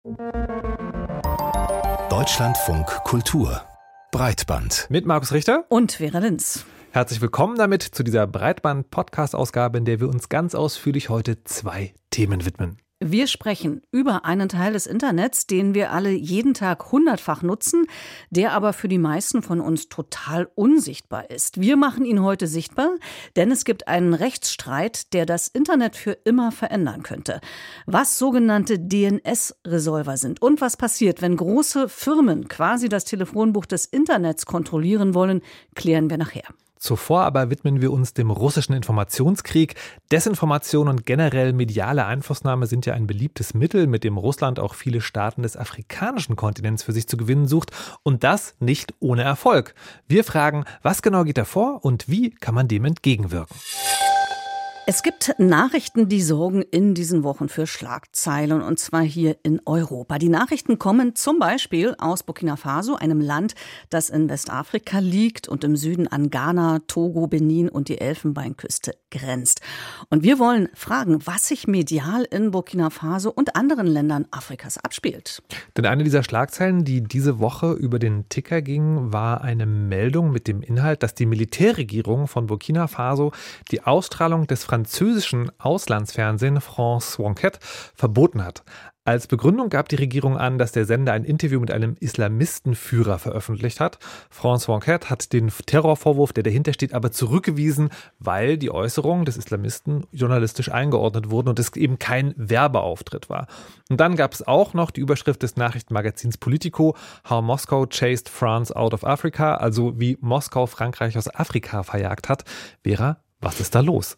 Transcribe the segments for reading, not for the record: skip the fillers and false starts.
Deutschlandfunk Kultur Breitband mit Markus Richter und Vera Linz. Herzlich willkommen damit zu dieser Breitband-Podcast-Ausgabe, in der wir uns ganz ausführlich heute 2 Themen widmen. Wir sprechen über einen Teil des Internets, den wir alle jeden Tag hundertfach nutzen, der aber für die meisten von uns total unsichtbar ist. Wir machen ihn heute sichtbar, denn es gibt einen Rechtsstreit, der das Internet für immer verändern könnte. Was sogenannte DNS-Resolver sind und was passiert, wenn große Firmen quasi das Telefonbuch des Internets kontrollieren wollen, klären wir nachher. Zuvor aber widmen wir uns dem russischen Informationskrieg. Desinformation und generell mediale Einflussnahme sind ja ein beliebtes Mittel, mit dem Russland auch viele Staaten des afrikanischen Kontinents für sich zu gewinnen sucht. Und das nicht ohne Erfolg. Wir fragen, was genau geht da vor und wie kann man dem entgegenwirken? Es gibt Nachrichten, die sorgen in diesen Wochen für Schlagzeilen, und zwar hier in Europa. Die Nachrichten kommen zum Beispiel aus Burkina Faso, einem Land, das in Westafrika liegt und im Süden an Ghana, Togo, Benin und die Elfenbeinküste grenzt. Und wir wollen fragen, was sich medial in Burkina Faso und anderen Ländern Afrikas abspielt. Denn eine dieser Schlagzeilen, die diese Woche über den Ticker ging, war eine Meldung mit dem Inhalt, dass die Militärregierung von Burkina Faso die Ausstrahlung des französischen Auslandsfernsehen France 24 verboten hat. Als Begründung gab die Regierung an, dass der Sender ein Interview mit einem Islamistenführer veröffentlicht hat. France 24 hat den Terrorvorwurf, der dahinter steht, aber zurückgewiesen, weil die Äußerungen des Islamisten journalistisch eingeordnet wurden und es eben kein Werbeauftritt war. Und dann gab es auch noch die Überschrift des Nachrichtenmagazins Politico, How Moscow Chased France Out of Africa, also wie Moskau Frankreich aus Afrika verjagt hat. Vera, was ist da los?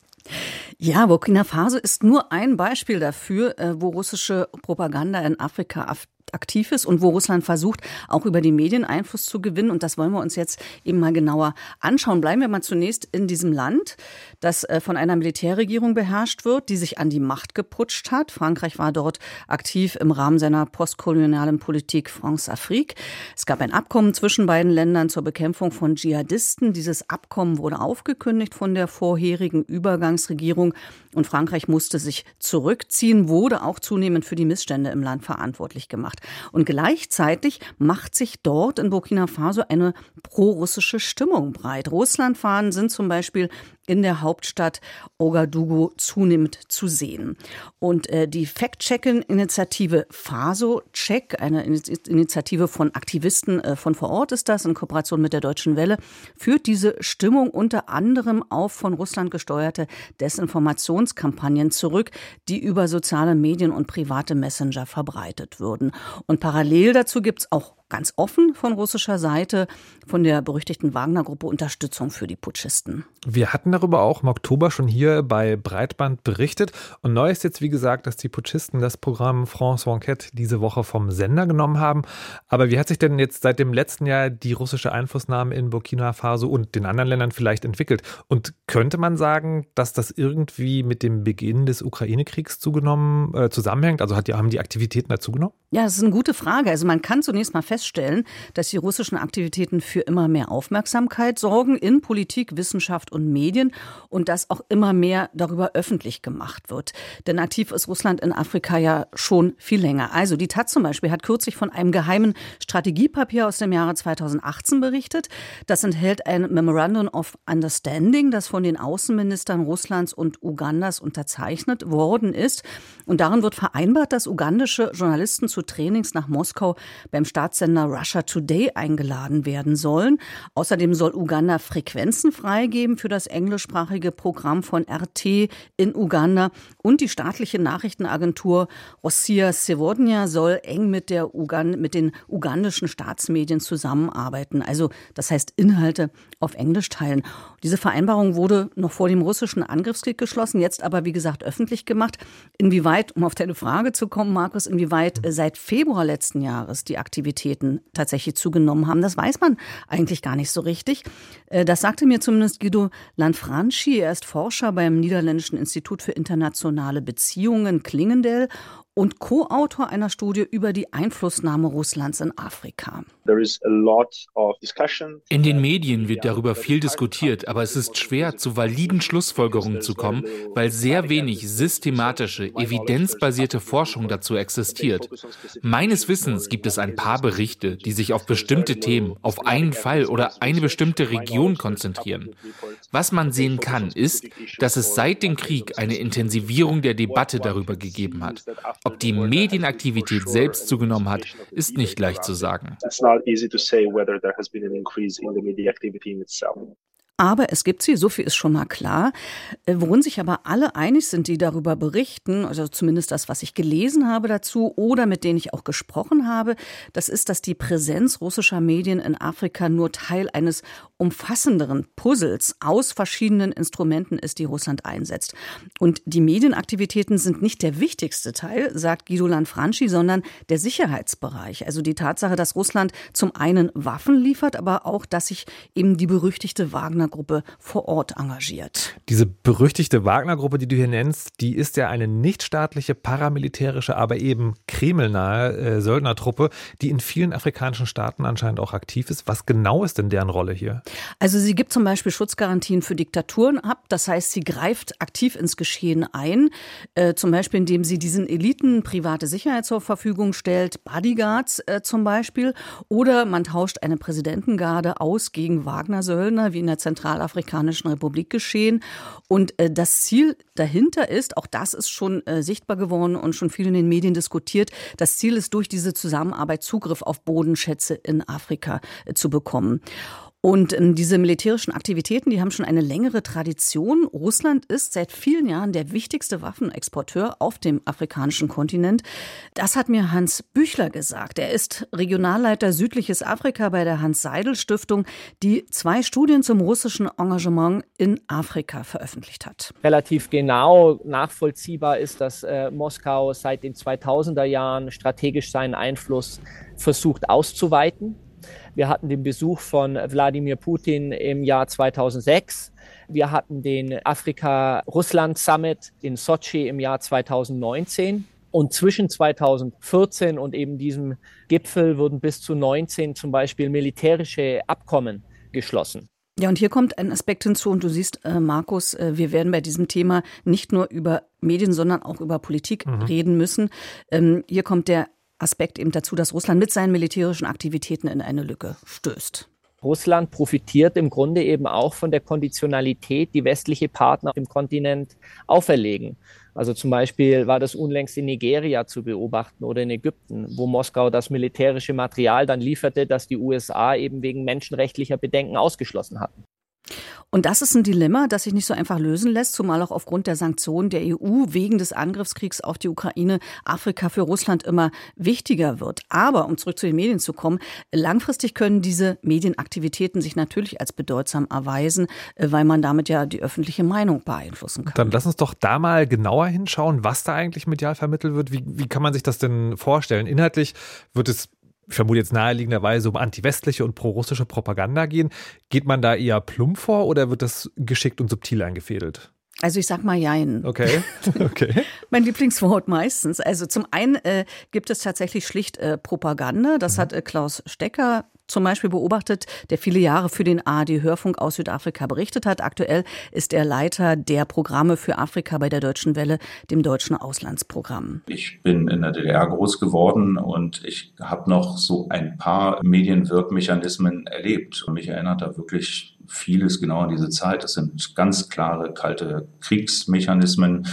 Ja, Burkina Faso ist nur ein Beispiel dafür, wo russische Propaganda in Afrika aktiv ist und wo Russland versucht, auch über die Medien Einfluss zu gewinnen. Und das wollen wir uns jetzt eben mal genauer anschauen. Bleiben wir mal zunächst in diesem Land, das von einer Militärregierung beherrscht wird, die sich an die Macht geputscht hat. Frankreich war dort aktiv im Rahmen seiner postkolonialen Politik France-Afrique. Es gab ein Abkommen zwischen beiden Ländern zur Bekämpfung von Dschihadisten. Dieses Abkommen wurde aufgekündigt von der vorherigen Übergangsregierung und Frankreich musste sich zurückziehen, wurde auch zunehmend für die Missstände im Land verantwortlich gemacht. Und gleichzeitig macht sich dort in Burkina Faso eine prorussische Stimmung breit. Russlandfahnen sind zum Beispiel in der Hauptstadt Ouagadougou zunehmend zu sehen. Und die Fact-Checking-Initiative Faso-Check, eine Initiative von Aktivisten von vor Ort ist das, in Kooperation mit der Deutschen Welle, führt diese Stimmung unter anderem auf von Russland gesteuerte Desinformationskampagnen zurück, die über soziale Medien und private Messenger verbreitet würden. Und parallel dazu gibt es auch ganz offen von russischer Seite, von der berüchtigten Wagner-Gruppe, Unterstützung für die Putschisten. Wir hatten darüber auch im Oktober schon hier bei Breitband berichtet. Und neu ist jetzt, wie gesagt, dass die Putschisten das Programm France 24 diese Woche vom Sender genommen haben. Aber wie hat sich denn jetzt seit dem letzten Jahr die russische Einflussnahme in Burkina Faso und den anderen Ländern vielleicht entwickelt? Und könnte man sagen, dass das irgendwie mit dem Beginn des Ukraine-Kriegs zusammenhängt? Also haben die Aktivitäten dazu genommen? Ja, das ist eine gute Frage. Also man kann zunächst mal feststellen, dass die russischen Aktivitäten für immer mehr Aufmerksamkeit sorgen in Politik, Wissenschaft und Medien und dass auch immer mehr darüber öffentlich gemacht wird. Denn aktiv ist Russland in Afrika ja schon viel länger. Also die Taz zum Beispiel hat kürzlich von einem geheimen Strategiepapier aus dem Jahre 2018 berichtet. Das enthält ein Memorandum of Understanding, das von den Außenministern Russlands und Ugandas unterzeichnet worden ist. Und darin wird vereinbart, dass ugandische Journalisten zu Trainings nach Moskau beim Staatssender Russia Today eingeladen werden sollen. Außerdem soll Uganda Frequenzen freigeben für das englischsprachige Programm von RT in Uganda. Und die staatliche Nachrichtenagentur Rossiya Sevodnya soll eng mit den ugandischen Staatsmedien zusammenarbeiten. Also das heißt Inhalte auf Englisch teilen. Diese Vereinbarung wurde noch vor dem russischen Angriffskrieg geschlossen, jetzt aber wie gesagt öffentlich gemacht. Inwieweit, um auf deine Frage zu kommen, Markus, inwieweit seit Februar letzten Jahres die Aktivitäten tatsächlich zugenommen haben, das weiß man eigentlich gar nicht so richtig. Das sagte mir zumindest Guido Lanfranchi. Er ist Forscher beim Niederländischen Institut für internationale Beziehungen Klingendel und Co-Autor einer Studie über die Einflussnahme Russlands in Afrika. In den Medien wird darüber viel diskutiert, aber es ist schwer, zu validen Schlussfolgerungen zu kommen, weil sehr wenig systematische, evidenzbasierte Forschung dazu existiert. Meines Wissens gibt es ein paar Berichte, die sich auf bestimmte Themen, auf einen Fall oder eine bestimmte Region konzentrieren. Was man sehen kann, ist, dass es seit dem Krieg eine Intensivierung der Debatte darüber gegeben hat. Ob die Medienaktivität selbst zugenommen hat, ist nicht leicht zu sagen. Aber es gibt sie, so viel ist schon mal klar. Worin sich aber alle einig sind, die darüber berichten, also zumindest das, was ich gelesen habe dazu oder mit denen ich auch gesprochen habe, das ist, dass die Präsenz russischer Medien in Afrika nur Teil eines umfassenderen Puzzles aus verschiedenen Instrumenten ist, die Russland einsetzt. Und die Medienaktivitäten sind nicht der wichtigste Teil, sagt Guido Lanfranchi, sondern der Sicherheitsbereich. Also die Tatsache, dass Russland zum einen Waffen liefert, aber auch, dass sich eben die berüchtigte Wagner-Gruppe vor Ort engagiert. Diese berüchtigte Wagner-Gruppe, die du hier nennst, die ist ja eine nichtstaatliche, paramilitärische, aber eben kremlnahe Söldnertruppe, die in vielen afrikanischen Staaten anscheinend auch aktiv ist. Was genau ist denn deren Rolle hier? Also sie gibt zum Beispiel Schutzgarantien für Diktaturen ab. Das heißt, sie greift aktiv ins Geschehen ein. Zum Beispiel, indem sie diesen Eliten private Sicherheit zur Verfügung stellt, Bodyguards zum Beispiel. Oder man tauscht eine Präsidentengarde aus gegen Wagner-Söldner, wie in der Zentralafrikanischen Republik geschehen. Und das Ziel dahinter ist, auch das ist schon sichtbar geworden und schon viel in den Medien diskutiert, das Ziel ist, durch diese Zusammenarbeit Zugriff auf Bodenschätze in Afrika zu bekommen. Und diese militärischen Aktivitäten, die haben schon eine längere Tradition. Russland ist seit vielen Jahren der wichtigste Waffenexporteur auf dem afrikanischen Kontinent. Das hat mir Hans Büchler gesagt. Er ist Regionalleiter Südliches Afrika bei der Hans-Seidel-Stiftung, die 2 Studien zum russischen Engagement in Afrika veröffentlicht hat. Relativ genau nachvollziehbar ist, dass Moskau seit den 2000er Jahren strategisch seinen Einfluss versucht auszuweiten. Wir hatten den Besuch von Wladimir Putin im Jahr 2006. Wir hatten den Afrika-Russland-Summit in Sotschi im Jahr 2019. Und zwischen 2014 und eben diesem Gipfel wurden bis zu 19 zum Beispiel militärische Abkommen geschlossen. Ja, und hier kommt ein Aspekt hinzu und du siehst, Markus, wir werden bei diesem Thema nicht nur über Medien, sondern auch über Politik reden müssen. Hier kommt der Aspekt eben dazu, dass Russland mit seinen militärischen Aktivitäten in eine Lücke stößt. Russland profitiert im Grunde eben auch von der Konditionalität, die westliche Partner im Kontinent auferlegen. Also zum Beispiel war das unlängst in Nigeria zu beobachten oder in Ägypten, wo Moskau das militärische Material dann lieferte, das die USA eben wegen menschenrechtlicher Bedenken ausgeschlossen hatten. Und das ist ein Dilemma, das sich nicht so einfach lösen lässt, zumal auch aufgrund der Sanktionen der EU wegen des Angriffskriegs auf die Ukraine Afrika für Russland immer wichtiger wird. Aber, um zurück zu den Medien zu kommen, langfristig können diese Medienaktivitäten sich natürlich als bedeutsam erweisen, weil man damit ja die öffentliche Meinung beeinflussen kann. Dann lass uns doch da mal genauer hinschauen, was da eigentlich medial vermittelt wird. Wie kann man sich das denn vorstellen? Inhaltlich wird es, ich vermute jetzt naheliegenderweise, um antiwestliche und prorussische Propaganda gehen. Geht man da eher plump vor oder wird das geschickt und subtil eingefädelt? Also ich sag mal jein. Okay. Mein Lieblingswort meistens. Also zum einen gibt es tatsächlich schlicht Propaganda. Das hat Klaus Stecker zum Beispiel beobachtet, der viele Jahre für den ARD-Hörfunk aus Südafrika berichtet hat. Aktuell ist er Leiter der Programme für Afrika bei der Deutschen Welle, dem deutschen Auslandsprogramm. Ich bin in der DDR groß geworden und ich habe noch so ein paar Medienwirkmechanismen erlebt. Und mich erinnert da wirklich vieles genau an diese Zeit. Das sind ganz klare, kalte Kriegsmechanismen,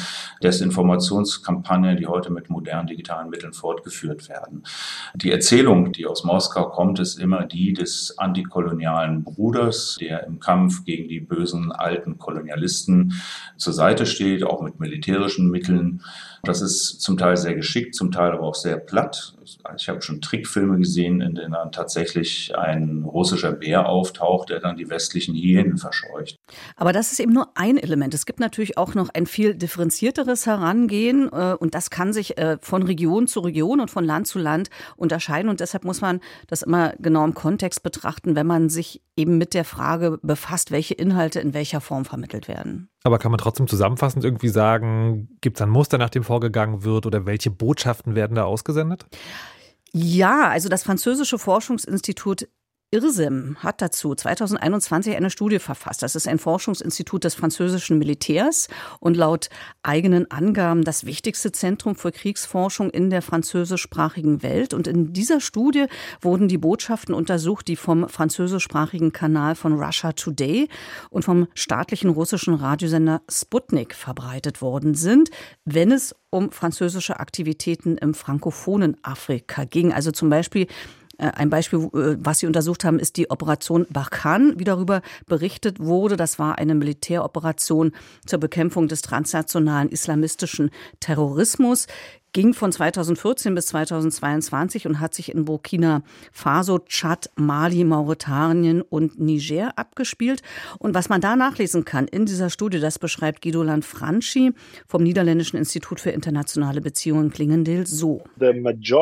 Desinformationskampagnen, die heute mit modernen digitalen Mitteln fortgeführt werden. Die Erzählung, die aus Moskau kommt, ist immer die des antikolonialen Bruders, der im Kampf gegen die bösen alten Kolonialisten zur Seite steht, auch mit militärischen Mitteln. Das ist zum Teil sehr geschickt, zum Teil aber auch sehr platt. Ich habe schon Trickfilme gesehen, in denen dann tatsächlich ein russischer Bär auftaucht, der dann die westliche sämtlichen Hyänen verscheucht. Aber das ist eben nur ein Element. Es gibt natürlich auch noch ein viel differenzierteres Herangehen und das kann sich von Region zu Region und von Land zu Land unterscheiden und deshalb muss man das immer genau im Kontext betrachten, wenn man sich eben mit der Frage befasst, welche Inhalte in welcher Form vermittelt werden. Aber kann man trotzdem zusammenfassend irgendwie sagen, gibt es ein Muster, nach dem vorgegangen wird oder welche Botschaften werden da ausgesendet? Ja, also das französische Forschungsinstitut IRSEM hat dazu 2021 eine Studie verfasst. Das ist ein Forschungsinstitut des französischen Militärs und laut eigenen Angaben das wichtigste Zentrum für Kriegsforschung in der französischsprachigen Welt. Und in dieser Studie wurden die Botschaften untersucht, die vom französischsprachigen Kanal von Russia Today und vom staatlichen russischen Radiosender Sputnik verbreitet worden sind, wenn es um französische Aktivitäten im frankophonen Afrika ging. Also zum Beispiel ein Beispiel, was sie untersucht haben, ist die Operation Barkhane, wie darüber berichtet wurde. Das war eine Militäroperation zur Bekämpfung des transnationalen islamistischen Terrorismus. Ging von 2014 bis 2022 und hat sich in Burkina Faso, Tschad, Mali, Mauretanien und Niger abgespielt. Und was man da nachlesen kann in dieser Studie, das beschreibt Guido Lanfranchi vom Niederländischen Institut für internationale Beziehungen Klingendeel so. Der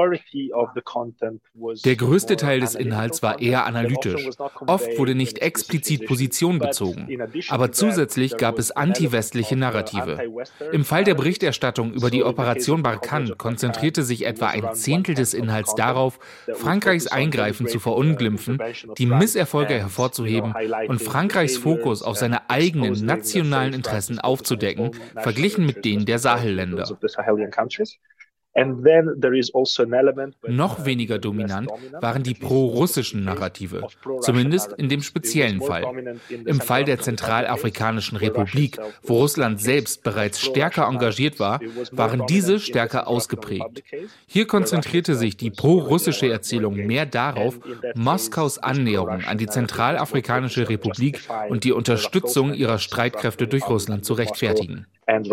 größte Teil des Inhalts war eher analytisch. Oft wurde nicht explizit Position bezogen. Aber zusätzlich gab es anti-westliche Narrative. Im Fall der Berichterstattung über die Operation Barkhane konzentrierte sich etwa ein Zehntel des Inhalts darauf, Frankreichs Eingreifen zu verunglimpfen, die Misserfolge hervorzuheben und Frankreichs Fokus auf seine eigenen nationalen Interessen aufzudecken, verglichen mit denen der Sahelländer. Noch weniger dominant waren die pro-russischen Narrative, zumindest in dem speziellen Fall. Im Fall der Zentralafrikanischen Republik, wo Russland selbst bereits stärker engagiert war, waren diese stärker ausgeprägt. Hier konzentrierte sich die pro-russische Erzählung mehr darauf, Moskaus Annäherung an die Zentralafrikanische Republik und die Unterstützung ihrer Streitkräfte durch Russland zu rechtfertigen.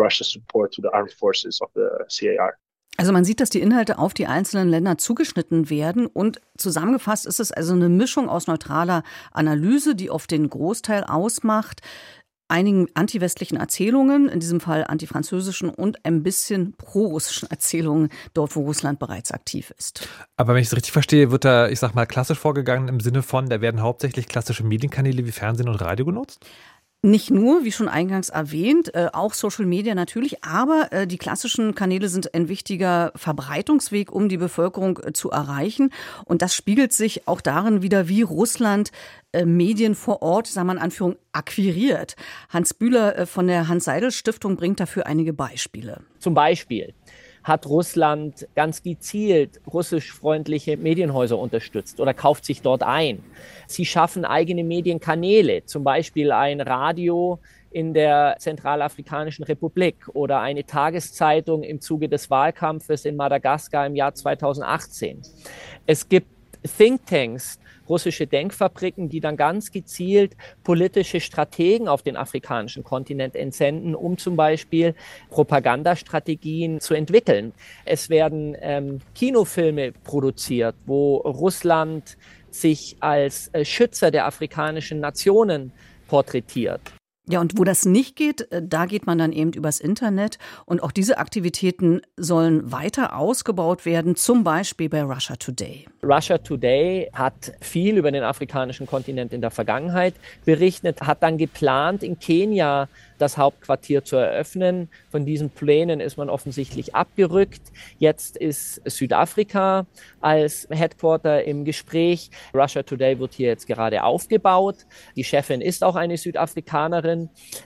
Also man sieht, dass die Inhalte auf die einzelnen Länder zugeschnitten werden und zusammengefasst ist es also eine Mischung aus neutraler Analyse, die oft den Großteil ausmacht, einigen antiwestlichen Erzählungen, in diesem Fall antifranzösischen und ein bisschen pro-russischen Erzählungen, dort wo Russland bereits aktiv ist. Aber wenn ich es richtig verstehe, wird da, ich sag mal, klassisch vorgegangen im Sinne von, da werden hauptsächlich klassische Medienkanäle wie Fernsehen und Radio genutzt? Nicht nur, wie schon eingangs erwähnt, auch Social Media natürlich, aber die klassischen Kanäle sind ein wichtiger Verbreitungsweg, um die Bevölkerung zu erreichen. Und das spiegelt sich auch darin wider, wie Russland Medien vor Ort, sagen wir in Anführung, akquiriert. Hans Bühler von der Hans-Seidel-Stiftung bringt dafür einige Beispiele. Zum Beispiel hat Russland ganz gezielt russischfreundliche Medienhäuser unterstützt oder kauft sich dort ein. Sie schaffen eigene Medienkanäle, zum Beispiel ein Radio in der Zentralafrikanischen Republik oder eine Tageszeitung im Zuge des Wahlkampfes in Madagaskar im Jahr 2018. Es gibt Thinktanks, russische Denkfabriken, die dann ganz gezielt politische Strategen auf den afrikanischen Kontinent entsenden, um zum Beispiel Propagandastrategien zu entwickeln. Es werden Kinofilme produziert, wo Russland sich als Schützer der afrikanischen Nationen porträtiert. Ja, und wo das nicht geht, da geht man dann eben übers Internet. Und auch diese Aktivitäten sollen weiter ausgebaut werden, zum Beispiel bei Russia Today. Russia Today hat viel über den afrikanischen Kontinent in der Vergangenheit berichtet, hat dann geplant, in Kenia das Hauptquartier zu eröffnen. Von diesen Plänen ist man offensichtlich abgerückt. Jetzt ist Südafrika als Headquarter im Gespräch. Russia Today wird hier jetzt gerade aufgebaut. Die Chefin ist auch eine Südafrikanerin.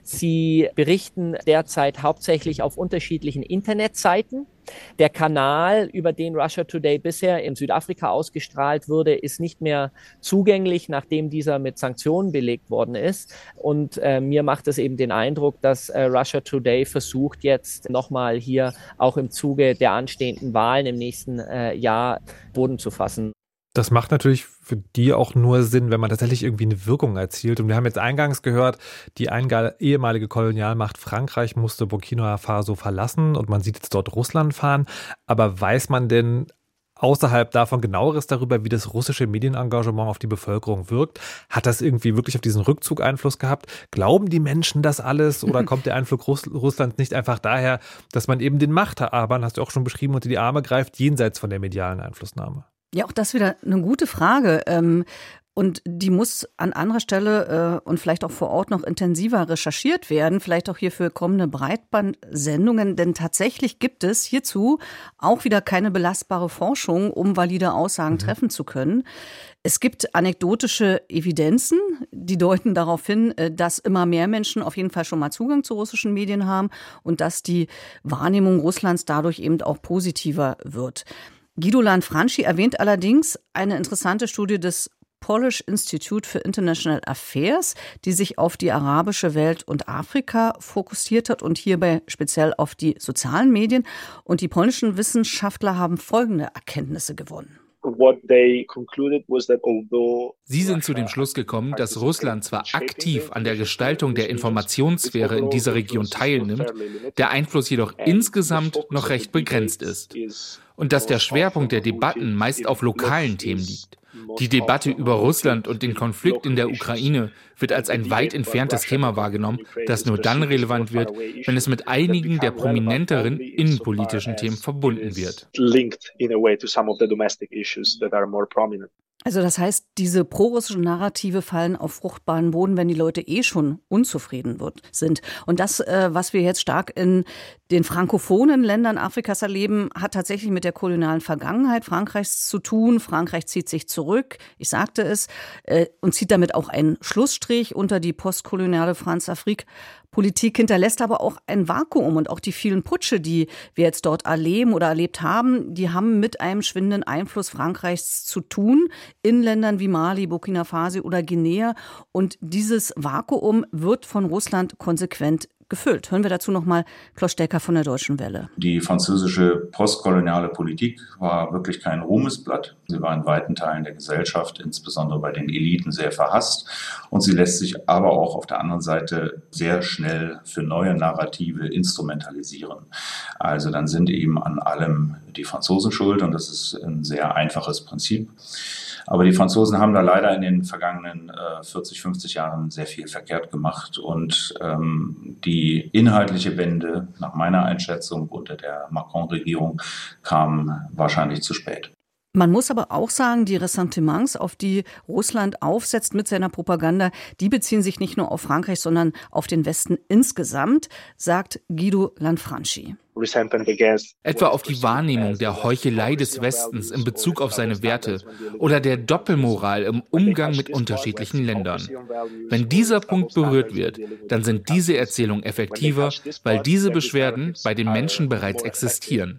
Sie berichten derzeit hauptsächlich auf unterschiedlichen Internetseiten. Der Kanal, über den Russia Today bisher in Südafrika ausgestrahlt wurde, ist nicht mehr zugänglich, nachdem dieser mit Sanktionen belegt worden ist. Und mir macht es eben den Eindruck, dass Russia Today versucht, jetzt nochmal hier auch im Zuge der anstehenden Wahlen im nächsten Jahr Boden zu fassen. Das macht natürlich für die auch nur Sinn, wenn man tatsächlich irgendwie eine Wirkung erzielt. Und wir haben jetzt eingangs gehört, die ehemalige Kolonialmacht Frankreich musste Burkina Faso verlassen und man sieht jetzt dort Russland fahren. Aber weiß man denn außerhalb davon Genaueres darüber, wie das russische Medienengagement auf die Bevölkerung wirkt? Hat das irgendwie wirklich auf diesen Rückzug Einfluss gehabt? Glauben die Menschen das alles oder kommt der Einfluss Russlands nicht einfach daher, dass man eben den Machthabern, hast du auch schon beschrieben, unter die Arme greift, jenseits von der medialen Einflussnahme? Ja, auch das wieder eine gute Frage. Und die muss an anderer Stelle und vielleicht auch vor Ort noch intensiver recherchiert werden, vielleicht auch hier für kommende Breitbandsendungen, denn tatsächlich gibt es hierzu auch wieder keine belastbare Forschung, um valide Aussagen treffen zu können. Es gibt anekdotische Evidenzen, die deuten darauf hin, dass immer mehr Menschen auf jeden Fall schon mal Zugang zu russischen Medien haben und dass die Wahrnehmung Russlands dadurch eben auch positiver wird. Guido Lanfranchi erwähnt allerdings eine interessante Studie des Polish Institute for International Affairs, die sich auf die arabische Welt und Afrika fokussiert hat und hierbei speziell auf die sozialen Medien. Und die polnischen Wissenschaftler haben folgende Erkenntnisse gewonnen. Sie sind zu dem Schluss gekommen, dass Russland zwar aktiv an der Gestaltung der Informationssphäre in dieser Region teilnimmt, der Einfluss jedoch insgesamt noch recht begrenzt ist. Und dass der Schwerpunkt der Debatten meist auf lokalen Themen liegt. Die Debatte über Russland und den Konflikt in der Ukraine wird als ein weit entferntes Thema wahrgenommen, das nur dann relevant wird, wenn es mit einigen der prominenteren innenpolitischen Themen verbunden wird. Also das heißt, diese prorussischen Narrative fallen auf fruchtbaren Boden, wenn die Leute schon unzufrieden sind. Und das, was wir jetzt stark in den frankophonen Ländern Afrikas erleben, hat tatsächlich mit der kolonialen Vergangenheit Frankreichs zu tun. Frankreich zieht sich zurück, ich sagte es, und zieht damit auch einen Schlussstrich unter die postkoloniale Françafrique-Politik, hinterlässt aber auch ein Vakuum. Und auch die vielen Putsche, die wir jetzt dort erleben oder erlebt haben, die haben mit einem schwindenden Einfluss Frankreichs zu tun in Ländern wie Mali, Burkina Faso oder Guinea. Und dieses Vakuum wird von Russland konsequent gefüllt. Hören wir dazu nochmal Klaus Stecker von der Deutschen Welle. Die französische postkoloniale Politik war wirklich kein Ruhmesblatt. Sie war in weiten Teilen der Gesellschaft, insbesondere bei den Eliten, sehr verhasst. Und sie lässt sich aber auch auf der anderen Seite sehr schnell für neue Narrative instrumentalisieren. Also dann sind eben an allem die Franzosen schuld und das ist ein sehr einfaches Prinzip. Aber die Franzosen haben da leider in den vergangenen 40, 50 Jahren sehr viel verkehrt gemacht und die inhaltliche Wende nach meiner Einschätzung unter der Macron-Regierung kam wahrscheinlich zu spät. Man muss aber auch sagen, die Ressentiments, auf die Russland aufsetzt mit seiner Propaganda, die beziehen sich nicht nur auf Frankreich, sondern auf den Westen insgesamt, sagt Guido Lanfranchi. Etwa auf die Wahrnehmung der Heuchelei des Westens in Bezug auf seine Werte oder der Doppelmoral im Umgang mit unterschiedlichen Ländern. Wenn dieser Punkt berührt wird, dann sind diese Erzählungen effektiver, weil diese Beschwerden bei den Menschen bereits existieren.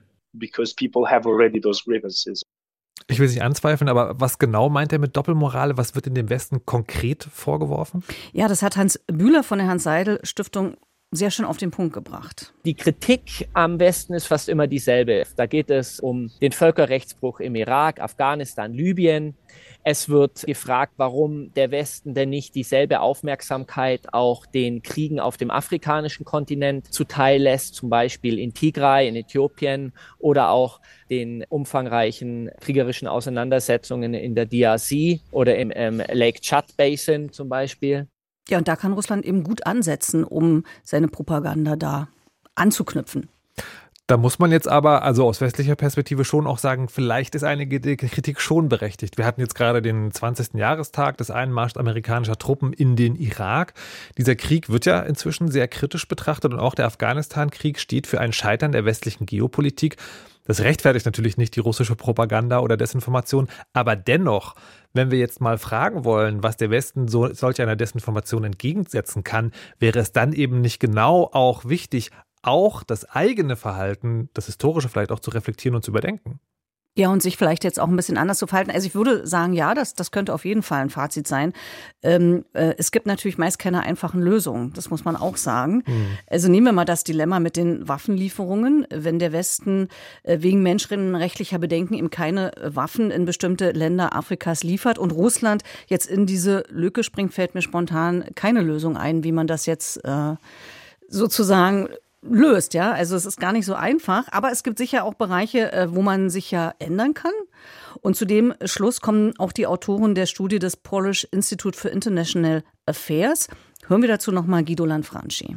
Ich will es nicht anzweifeln, aber was genau meint er mit Doppelmoral? Was wird in dem Westen konkret vorgeworfen? Ja, das hat Hans Bühler von der Hans-Seidel-Stiftung sehr schön auf den Punkt gebracht. Die Kritik am Westen ist fast immer dieselbe. Da geht es um den Völkerrechtsbruch im Irak, Afghanistan, Libyen. Es wird gefragt, warum der Westen denn nicht dieselbe Aufmerksamkeit auch den Kriegen auf dem afrikanischen Kontinent zuteil lässt, zum Beispiel in Tigray, in Äthiopien oder auch den umfangreichen kriegerischen Auseinandersetzungen in der DRC oder im Lake Chad Basin zum Beispiel. Ja, und da kann Russland eben gut ansetzen, um seine Propaganda da anzuknüpfen. Da muss man jetzt aber, also aus westlicher Perspektive schon auch sagen, vielleicht ist einige Kritik schon berechtigt. Wir hatten jetzt gerade den 20. Jahrestag des Einmarschs amerikanischer Truppen in den Irak. Dieser Krieg wird ja inzwischen sehr kritisch betrachtet und auch der Afghanistan-Krieg steht für ein Scheitern der westlichen Geopolitik. Das rechtfertigt natürlich nicht die russische Propaganda oder Desinformation, aber dennoch, wenn wir jetzt mal fragen wollen, was der Westen solch einer Desinformation entgegensetzen kann, wäre es dann eben nicht genau auch wichtig, auch das eigene Verhalten, das historische vielleicht auch zu reflektieren und zu überdenken. Ja, und sich vielleicht jetzt auch ein bisschen anders zu verhalten. Also ich würde sagen, ja, das könnte auf jeden Fall ein Fazit sein. Es gibt natürlich meist keine einfachen Lösungen, das muss man auch sagen. Also nehmen wir mal das Dilemma mit den Waffenlieferungen. Wenn der Westen wegen menschenrechtlicher Bedenken eben keine Waffen in bestimmte Länder Afrikas liefert und Russland jetzt in diese Lücke springt, fällt mir spontan keine Lösung ein, wie man das jetzt sozusagen löst. Ja, also es ist gar nicht so einfach, aber es gibt sicher auch Bereiche, wo man sich ja ändern kann. Und zu dem Schluss kommen auch die Autoren der Studie des Polish Institute for International Affairs. Hören wir dazu nochmal Guido Lanfranchi.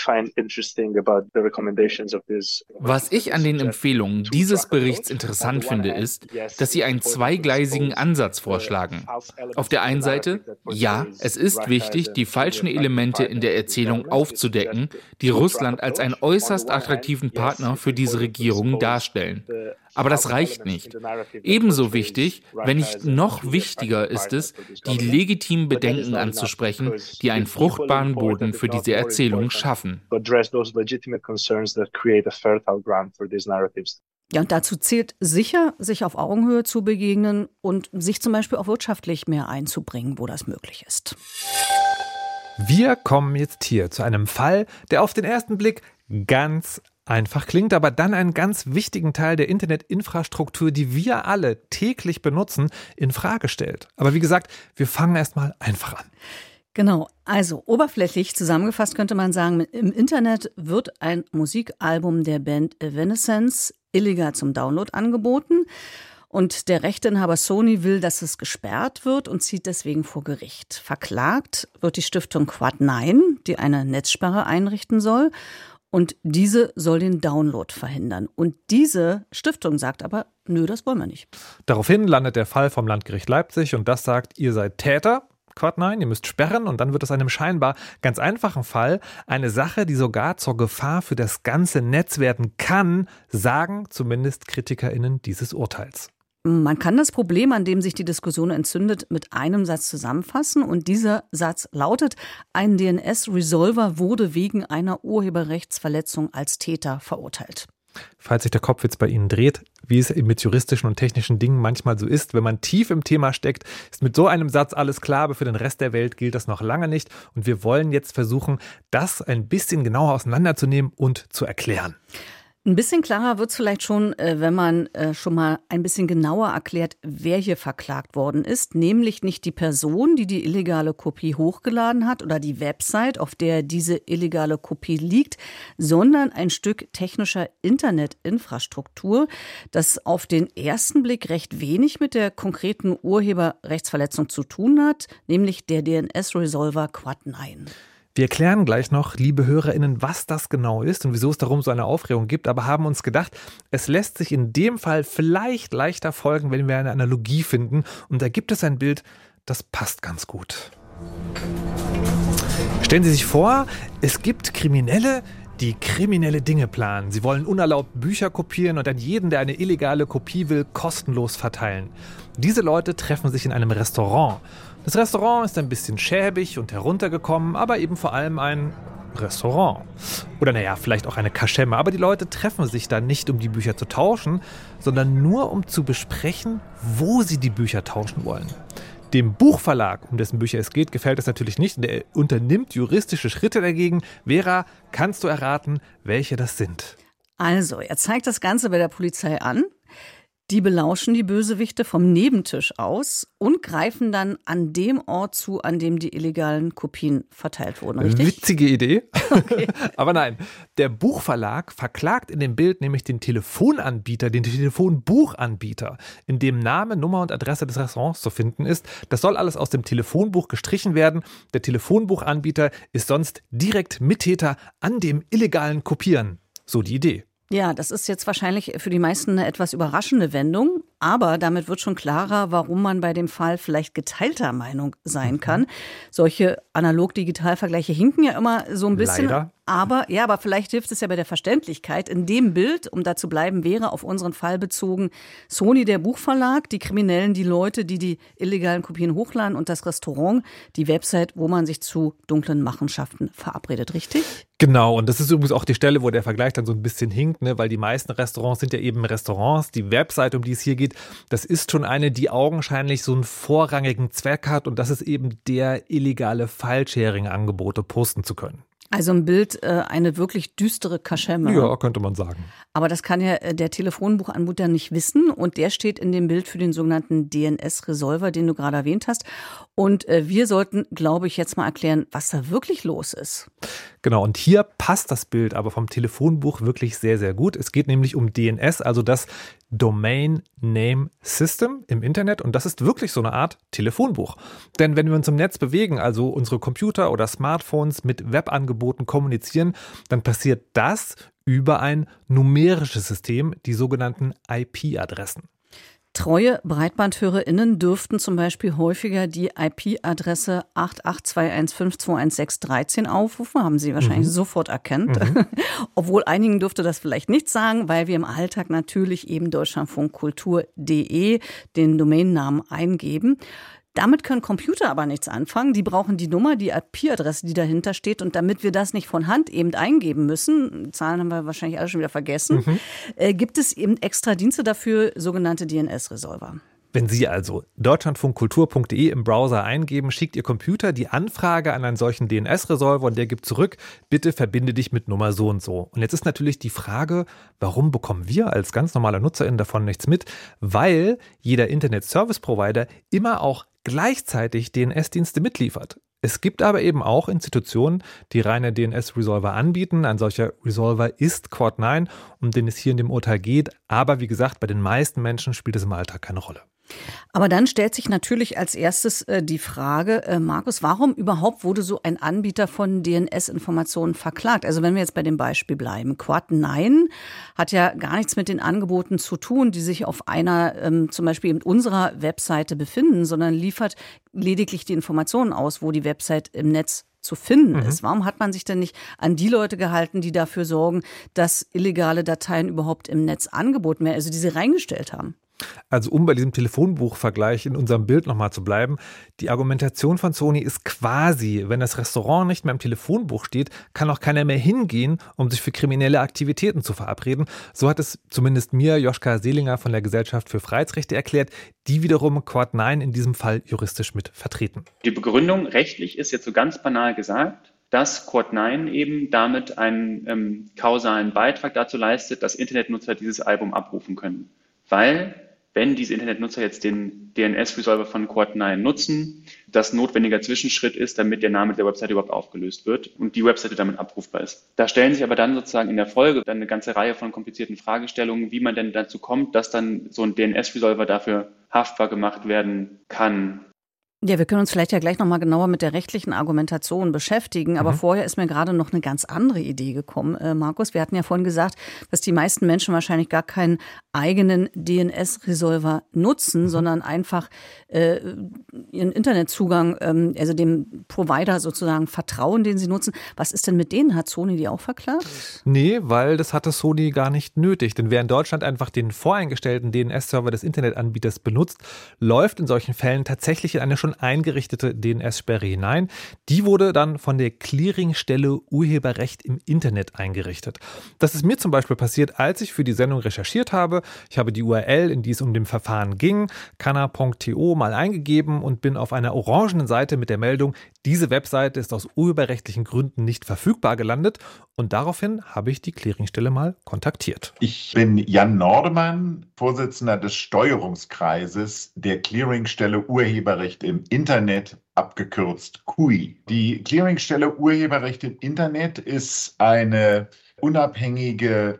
Was ich an den Empfehlungen dieses Berichts interessant finde, ist, dass sie einen zweigleisigen Ansatz vorschlagen. Auf der einen Seite, ja, es ist wichtig, die falschen Elemente in der Erzählung aufzudecken, die Russland als einen äußerst attraktiven Partner für diese Regierung darstellen. Aber das reicht nicht. Ebenso wichtig, wenn nicht noch wichtiger ist es, die legitimen Bedenken anzusprechen, die einen fruchtbaren Boden für diese Erzählung schaffen. Ja, und dazu zählt sicher, sich auf Augenhöhe zu begegnen und sich zum Beispiel auch wirtschaftlich mehr einzubringen, wo das möglich ist. Wir kommen jetzt hier zu einem Fall, der auf den ersten Blick ganz einfach klingt, aber dann einen ganz wichtigen Teil der Internetinfrastruktur, die wir alle täglich benutzen, in Frage stellt. Aber wie gesagt, wir fangen erstmal einfach an. Genau, also oberflächlich zusammengefasst könnte man sagen, im Internet wird ein Musikalbum der Band Evanescence illegal zum Download angeboten. Und der Rechteinhaber Sony will, dass es gesperrt wird und zieht deswegen vor Gericht. Verklagt wird die Stiftung Quad9, die eine Netzsperre einrichten soll. Und diese soll den Download verhindern. Und diese Stiftung sagt aber, nö, das wollen wir nicht. Daraufhin landet der Fall vom Landgericht Leipzig und das sagt, ihr seid Täter, Quad9, ihr müsst sperren und dann wird aus einem scheinbar ganz einfachen Fall eine Sache, die sogar zur Gefahr für das ganze Netz werden kann, sagen zumindest KritikerInnen dieses Urteils. Man kann das Problem, an dem sich die Diskussion entzündet, mit einem Satz zusammenfassen. Und dieser Satz lautet, ein DNS-Resolver wurde wegen einer Urheberrechtsverletzung als Täter verurteilt. Falls sich der Kopf jetzt bei Ihnen dreht, wie es mit juristischen und technischen Dingen manchmal so ist, wenn man tief im Thema steckt, ist mit so einem Satz alles klar, aber für den Rest der Welt gilt das noch lange nicht. Und wir wollen jetzt versuchen, das ein bisschen genauer auseinanderzunehmen und zu erklären. Ein bisschen klarer wird es vielleicht schon, wenn man schon mal ein bisschen genauer erklärt, wer hier verklagt worden ist. Nämlich nicht die Person, die die illegale Kopie hochgeladen hat oder die Website, auf der diese illegale Kopie liegt, sondern ein Stück technischer Internetinfrastruktur, das auf den ersten Blick recht wenig mit der konkreten Urheberrechtsverletzung zu tun hat, nämlich der DNS-Resolver Quad9. Wir erklären gleich noch, liebe HörerInnen, was das genau ist und wieso es darum so eine Aufregung gibt, aber haben uns gedacht, es lässt sich in dem Fall vielleicht leichter folgen, wenn wir eine Analogie finden. Und da gibt es ein Bild, das passt ganz gut. Stellen Sie sich vor, es gibt Kriminelle, die kriminelle Dinge planen. Sie wollen unerlaubt Bücher kopieren und an jeden, der eine illegale Kopie will, kostenlos verteilen. Diese Leute treffen sich in einem Restaurant. Das Restaurant ist ein bisschen schäbig und heruntergekommen, aber eben vor allem ein Restaurant. Oder vielleicht auch eine Kaschemme. Aber die Leute treffen sich da nicht, um die Bücher zu tauschen, sondern nur, um zu besprechen, wo sie die Bücher tauschen wollen. Dem Buchverlag, um dessen Bücher es geht, gefällt es natürlich nicht und er unternimmt juristische Schritte dagegen. Vera, kannst du erraten, welche das sind? Also, er zeigt das Ganze bei der Polizei an. Die belauschen die Bösewichte vom Nebentisch aus und greifen dann an dem Ort zu, an dem die illegalen Kopien verteilt wurden, richtig? Witzige Idee. Okay. Aber nein, der Buchverlag verklagt in dem Bild nämlich den Telefonanbieter, den Telefonbuchanbieter, in dem Name, Nummer und Adresse des Restaurants zu finden ist. Das soll alles aus dem Telefonbuch gestrichen werden. Der Telefonbuchanbieter ist sonst direkt Mittäter an dem illegalen Kopieren. So die Idee. Ja, das ist jetzt wahrscheinlich für die meisten eine etwas überraschende Wendung, aber damit wird schon klarer, warum man bei dem Fall vielleicht geteilter Meinung sein kann. Solche Analog-Digital-Vergleiche hinken ja immer so ein bisschen. Leider. Aber vielleicht hilft es ja bei der Verständlichkeit. In dem Bild, um da zu bleiben, wäre auf unseren Fall bezogen Sony, der Buchverlag, die Kriminellen, die Leute, die die illegalen Kopien hochladen und das Restaurant, die Website, wo man sich zu dunklen Machenschaften verabredet, richtig? Genau, und das ist übrigens auch die Stelle, wo der Vergleich dann so ein bisschen hinkt, ne? Weil die meisten Restaurants sind ja eben Restaurants. Die Website, um die es hier geht, das ist schon eine, die augenscheinlich so einen vorrangigen Zweck hat und das ist eben der illegale File-Sharing-Angebote posten zu können. Also im Bild eine wirklich düstere Kaschemme. Ja, könnte man sagen. Aber das kann ja der Telefonbuchanbieter nicht wissen. Und der steht in dem Bild für den sogenannten DNS-Resolver, den du gerade erwähnt hast. Und wir sollten, glaube ich, jetzt mal erklären, was da wirklich los ist. Genau, und hier passt das Bild aber vom Telefonbuch wirklich sehr, sehr gut. Es geht nämlich um DNS, also das Domain Name System im Internet. Und das ist wirklich so eine Art Telefonbuch. Denn wenn wir uns im Netz bewegen, also unsere Computer oder Smartphones mit Webangeboten kommunizieren, dann passiert das über ein numerisches System, die sogenannten IP-Adressen. Treue BreitbandhörerInnen dürften zum Beispiel häufiger die IP-Adresse 8821521613 aufrufen, haben Sie wahrscheinlich sofort erkannt. Obwohl einigen dürfte das vielleicht nicht sagen, weil wir im Alltag natürlich eben deutschlandfunkkultur.de den Domainnamen eingeben. Damit können Computer aber nichts anfangen. Die brauchen die Nummer, die IP-Adresse, die dahinter steht. Und damit wir das nicht von Hand eben eingeben müssen, Zahlen haben wir wahrscheinlich alle schon wieder vergessen, gibt es eben extra Dienste dafür, sogenannte DNS-Resolver. Wenn Sie also deutschlandfunkkultur.de im Browser eingeben, schickt Ihr Computer die Anfrage an einen solchen DNS-Resolver und der gibt zurück, bitte verbinde dich mit Nummer so und so. Und jetzt ist natürlich die Frage, warum bekommen wir als ganz normale NutzerInnen davon nichts mit? Weil jeder Internet-Service-Provider immer auch gleichzeitig DNS-Dienste mitliefert. Es gibt aber eben auch Institutionen, die reine DNS-Resolver anbieten. Ein solcher Resolver ist Quad9, um den es hier in dem Urteil geht. Aber wie gesagt, bei den meisten Menschen spielt es im Alltag keine Rolle. Aber dann stellt sich natürlich als erstes die Frage, Markus, warum überhaupt wurde so ein Anbieter von DNS-Informationen verklagt? Also wenn wir jetzt bei dem Beispiel bleiben, Quad9 hat ja gar nichts mit den Angeboten zu tun, die sich auf einer zum Beispiel in unserer Webseite befinden, sondern liefert lediglich die Informationen aus, wo die Website im Netz zu finden ist. Warum hat man sich denn nicht an die Leute gehalten, die dafür sorgen, dass illegale Dateien überhaupt im Netz angeboten werden, also die sie reingestellt haben? Also um bei diesem Telefonbuchvergleich in unserem Bild nochmal zu bleiben, die Argumentation von Sony ist quasi, wenn das Restaurant nicht mehr im Telefonbuch steht, kann auch keiner mehr hingehen, um sich für kriminelle Aktivitäten zu verabreden. So hat es zumindest mir Joschka Seelinger von der Gesellschaft für Freiheitsrechte erklärt, die wiederum Quad9 in diesem Fall juristisch mit vertreten. Die Begründung rechtlich ist jetzt so ganz banal gesagt, dass Quad9 eben damit einen kausalen Beitrag dazu leistet, dass Internetnutzer dieses Album abrufen können. Weil, wenn diese Internetnutzer jetzt den DNS-Resolver von Quad9 nutzen, das ein notwendiger Zwischenschritt ist, damit der Name der Webseite überhaupt aufgelöst wird und die Webseite damit abrufbar ist. Da stellen sich aber dann sozusagen in der Folge dann eine ganze Reihe von komplizierten Fragestellungen, wie man denn dazu kommt, dass dann so ein DNS-Resolver dafür haftbar gemacht werden kann. Ja, wir können uns vielleicht ja gleich nochmal genauer mit der rechtlichen Argumentation beschäftigen. Aber vorher ist mir gerade noch eine ganz andere Idee gekommen, Markus. Wir hatten ja vorhin gesagt, dass die meisten Menschen wahrscheinlich gar keinen eigenen DNS-Resolver nutzen, sondern einfach ihren Internetzugang, also dem Provider sozusagen vertrauen, den sie nutzen. Was ist denn mit denen? Hat Sony die auch verklagt? Nee, weil das hatte Sony gar nicht nötig. Denn wer in Deutschland einfach den voreingestellten DNS-Server des Internetanbieters benutzt, läuft in solchen Fällen tatsächlich in eine schon eingerichtete DNS-Sperre hinein. Die wurde dann von der Clearingstelle Urheberrecht im Internet eingerichtet. Das ist mir zum Beispiel passiert, als ich für die Sendung recherchiert habe. Ich habe die URL, in die es um dem Verfahren ging, canna.to mal eingegeben und bin auf einer orangenen Seite mit der Meldung, diese Webseite ist aus urheberrechtlichen Gründen nicht verfügbar gelandet. Und daraufhin habe ich die Clearingstelle mal kontaktiert. Ich bin Jan Nordemann, Vorsitzender des Steuerungskreises der Clearingstelle Urheberrecht im Internet, abgekürzt CUI. Die Clearingstelle Urheberrecht im Internet ist eine unabhängige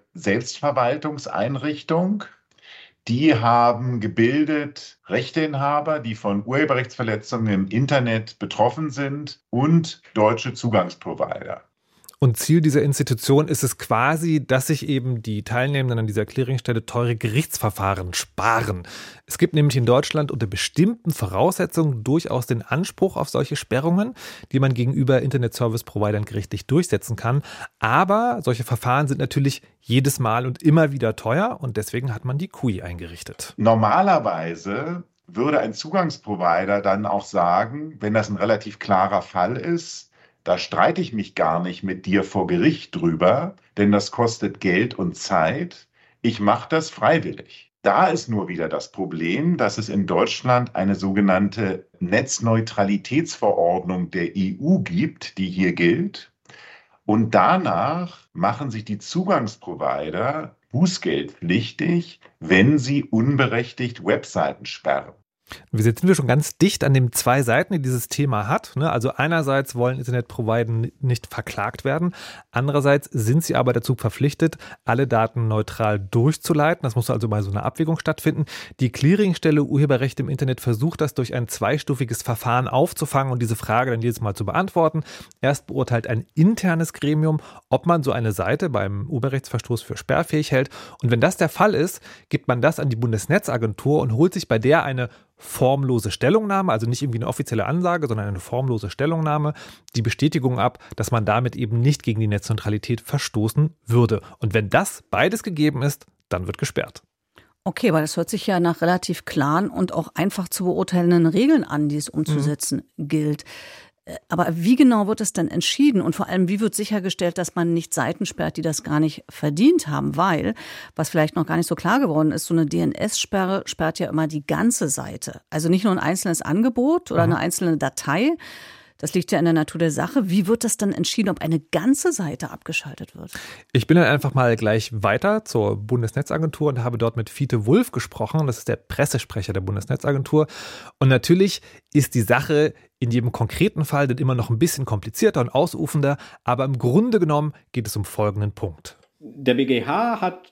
Selbstverwaltungseinrichtung. Die haben gebildet Rechteinhaber, die von Urheberrechtsverletzungen im Internet betroffen sind, und deutsche Zugangsprovider. Und Ziel dieser Institution ist es quasi, dass sich eben die Teilnehmenden an dieser Clearingstelle teure Gerichtsverfahren sparen. Es gibt nämlich in Deutschland unter bestimmten Voraussetzungen durchaus den Anspruch auf solche Sperrungen, die man gegenüber Internet-Service-Providern gerichtlich durchsetzen kann. Aber solche Verfahren sind natürlich jedes Mal und immer wieder teuer und deswegen hat man die CUI eingerichtet. Normalerweise würde ein Zugangsprovider dann auch sagen, wenn das ein relativ klarer Fall ist, da streite ich mich gar nicht mit dir vor Gericht drüber, denn das kostet Geld und Zeit. Ich mache das freiwillig. Da ist nur wieder das Problem, dass es in Deutschland eine sogenannte Netzneutralitätsverordnung der EU gibt, die hier gilt. Und danach machen sich die Zugangsprovider bußgeldpflichtig, wenn sie unberechtigt Webseiten sperren. Jetzt sind wir schon ganz dicht an den 2 Seiten, die dieses Thema hat. Also einerseits wollen Internetprovider nicht verklagt werden, andererseits sind sie aber dazu verpflichtet, alle Daten neutral durchzuleiten. Das muss also bei so einer Abwägung stattfinden. Die Clearingstelle Urheberrecht im Internet versucht das durch ein 2-stufiges Verfahren aufzufangen und diese Frage dann jedes Mal zu beantworten. Erst beurteilt ein internes Gremium, ob man so eine Seite beim Urheberrechtsverstoß für sperrfähig hält. Und wenn das der Fall ist, gibt man das an die Bundesnetzagentur und holt sich bei der eine formlose Stellungnahme, also nicht irgendwie eine offizielle Ansage, sondern eine formlose Stellungnahme, die Bestätigung ab, dass man damit eben nicht gegen die Netzneutralität verstoßen würde. Und wenn das beides gegeben ist, dann wird gesperrt. Okay, aber das hört sich ja nach relativ klaren und auch einfach zu beurteilenden Regeln an, die es umzusetzen gilt. Aber wie genau wird es denn entschieden und vor allem, wie wird sichergestellt, dass man nicht Seiten sperrt, die das gar nicht verdient haben? Weil, was vielleicht noch gar nicht so klar geworden ist, so eine DNS-Sperre sperrt ja immer die ganze Seite. Also nicht nur ein einzelnes Angebot oder eine einzelne Datei. Das liegt ja in der Natur der Sache. Wie wird das dann entschieden, ob eine ganze Seite abgeschaltet wird? Ich bin dann einfach mal gleich weiter zur Bundesnetzagentur und habe dort mit Fiete Wulff gesprochen. Das ist der Pressesprecher der Bundesnetzagentur. Und natürlich ist die Sache in jedem konkreten Fall dann immer noch ein bisschen komplizierter und ausufernder. Aber im Grunde genommen geht es um folgenden Punkt. Der BGH hat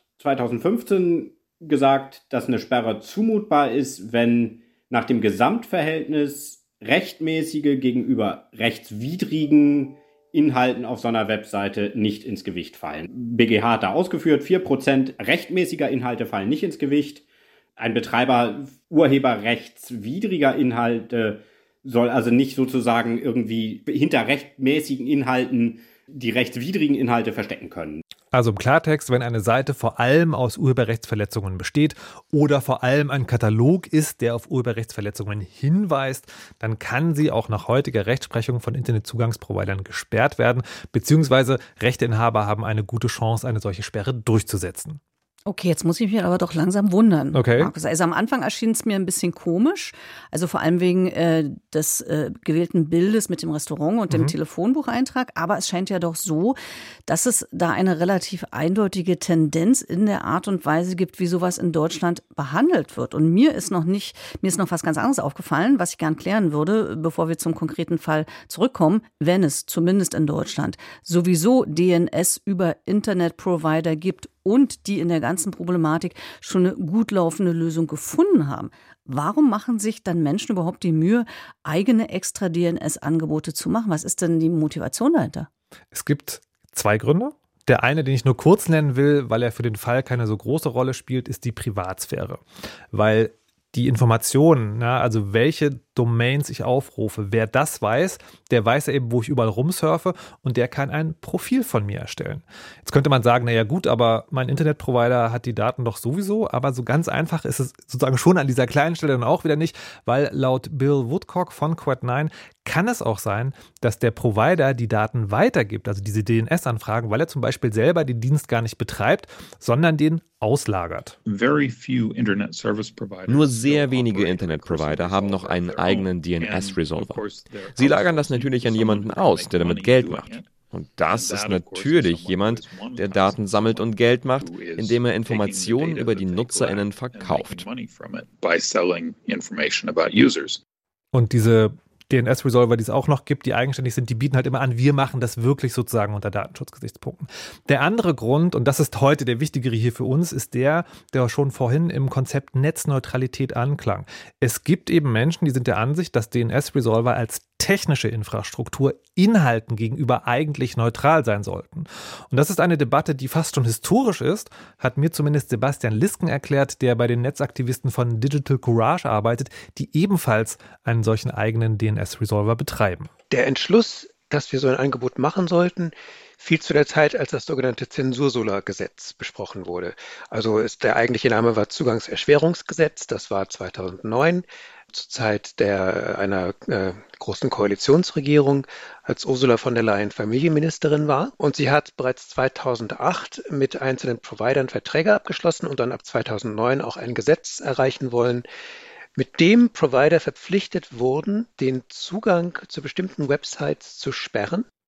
2015 gesagt, dass eine Sperre zumutbar ist, wenn nach dem Gesamtverhältnis rechtmäßige gegenüber rechtswidrigen Inhalten auf so einer Webseite nicht ins Gewicht fallen. BGH hat da ausgeführt, 4% rechtmäßiger Inhalte fallen nicht ins Gewicht. Ein Betreiber urheberrechtswidriger Inhalte soll also nicht sozusagen irgendwie hinter rechtmäßigen Inhalten die rechtswidrigen Inhalte verstecken können. Also im Klartext, wenn eine Seite vor allem aus Urheberrechtsverletzungen besteht oder vor allem ein Katalog ist, der auf Urheberrechtsverletzungen hinweist, dann kann sie auch nach heutiger Rechtsprechung von Internetzugangsprovidern gesperrt werden, beziehungsweise Rechteinhaber haben eine gute Chance, eine solche Sperre durchzusetzen. Okay, jetzt muss ich mich aber doch langsam wundern. Okay. Markus. Also am Anfang erschien es mir ein bisschen komisch, also vor allem wegen des gewählten Bildes mit dem Restaurant und dem Telefonbucheintrag, aber es scheint ja doch so, dass es da eine relativ eindeutige Tendenz in der Art und Weise gibt, wie sowas in Deutschland behandelt wird. Und mir ist noch was ganz anderes aufgefallen, was ich gern klären würde, bevor wir zum konkreten Fall zurückkommen, wenn es zumindest in Deutschland sowieso DNS über Internetprovider gibt und die in der ganzen Problematik schon eine gut laufende Lösung gefunden haben. Warum machen sich dann Menschen überhaupt die Mühe, eigene extra DNS-Angebote zu machen? Was ist denn die Motivation dahinter? Es gibt 2 Gründe. Der eine, den ich nur kurz nennen will, weil er für den Fall keine so große Rolle spielt, ist die Privatsphäre. Weil die Informationen, also welche Domains ich aufrufe, wer das weiß, der weiß ja eben, wo ich überall rumsurfe und der kann ein Profil von mir erstellen. Jetzt könnte man sagen, naja gut, aber mein Internetprovider hat die Daten doch sowieso, aber so ganz einfach ist es sozusagen schon an dieser kleinen Stelle dann auch wieder nicht, weil laut Bill Woodcock von Quad9 kann es auch sein, dass der Provider die Daten weitergibt, also diese DNS-Anfragen, weil er zum Beispiel selber den Dienst gar nicht betreibt, sondern den auslagert. Nur sehr wenige Internetprovider haben noch einen eigenen DNS-Resolver. Sie lagern das natürlich an jemanden aus, der damit Geld macht. Und das ist natürlich jemand, der Daten sammelt und Geld macht, indem er Informationen über die NutzerInnen verkauft. Und diese DNS-Resolver, die es auch noch gibt, die eigenständig sind, die bieten halt immer an, wir machen das wirklich sozusagen unter Datenschutzgesichtspunkten. Der andere Grund, und das ist heute der wichtigere hier für uns, ist der schon vorhin im Konzept Netzneutralität anklang. Es gibt eben Menschen, die sind der Ansicht, dass DNS-Resolver als technische Infrastruktur Inhalten gegenüber eigentlich neutral sein sollten. Und das ist eine Debatte, die fast schon historisch ist, hat mir zumindest Sebastian Lisken erklärt, der bei den Netzaktivisten von Digital Courage arbeitet, die ebenfalls einen solchen eigenen DNS-Resolver betreiben. Der Entschluss, dass wir so ein Angebot machen sollten, fiel zu der Zeit, als das sogenannte Zensursola-Gesetz besprochen wurde. Also der eigentliche Name war Zugangserschwerungsgesetz, das war 2009. Zur Zeit einer großen Koalitionsregierung, als Ursula von der Leyen Familienministerin war. Und sie hat bereits 2008 mit einzelnen Providern Verträge abgeschlossen und dann ab 2009 auch ein Gesetz erreichen wollen, mit dem Provider verpflichtet wurden, den Zugang zu bestimmten Websites zu sperren,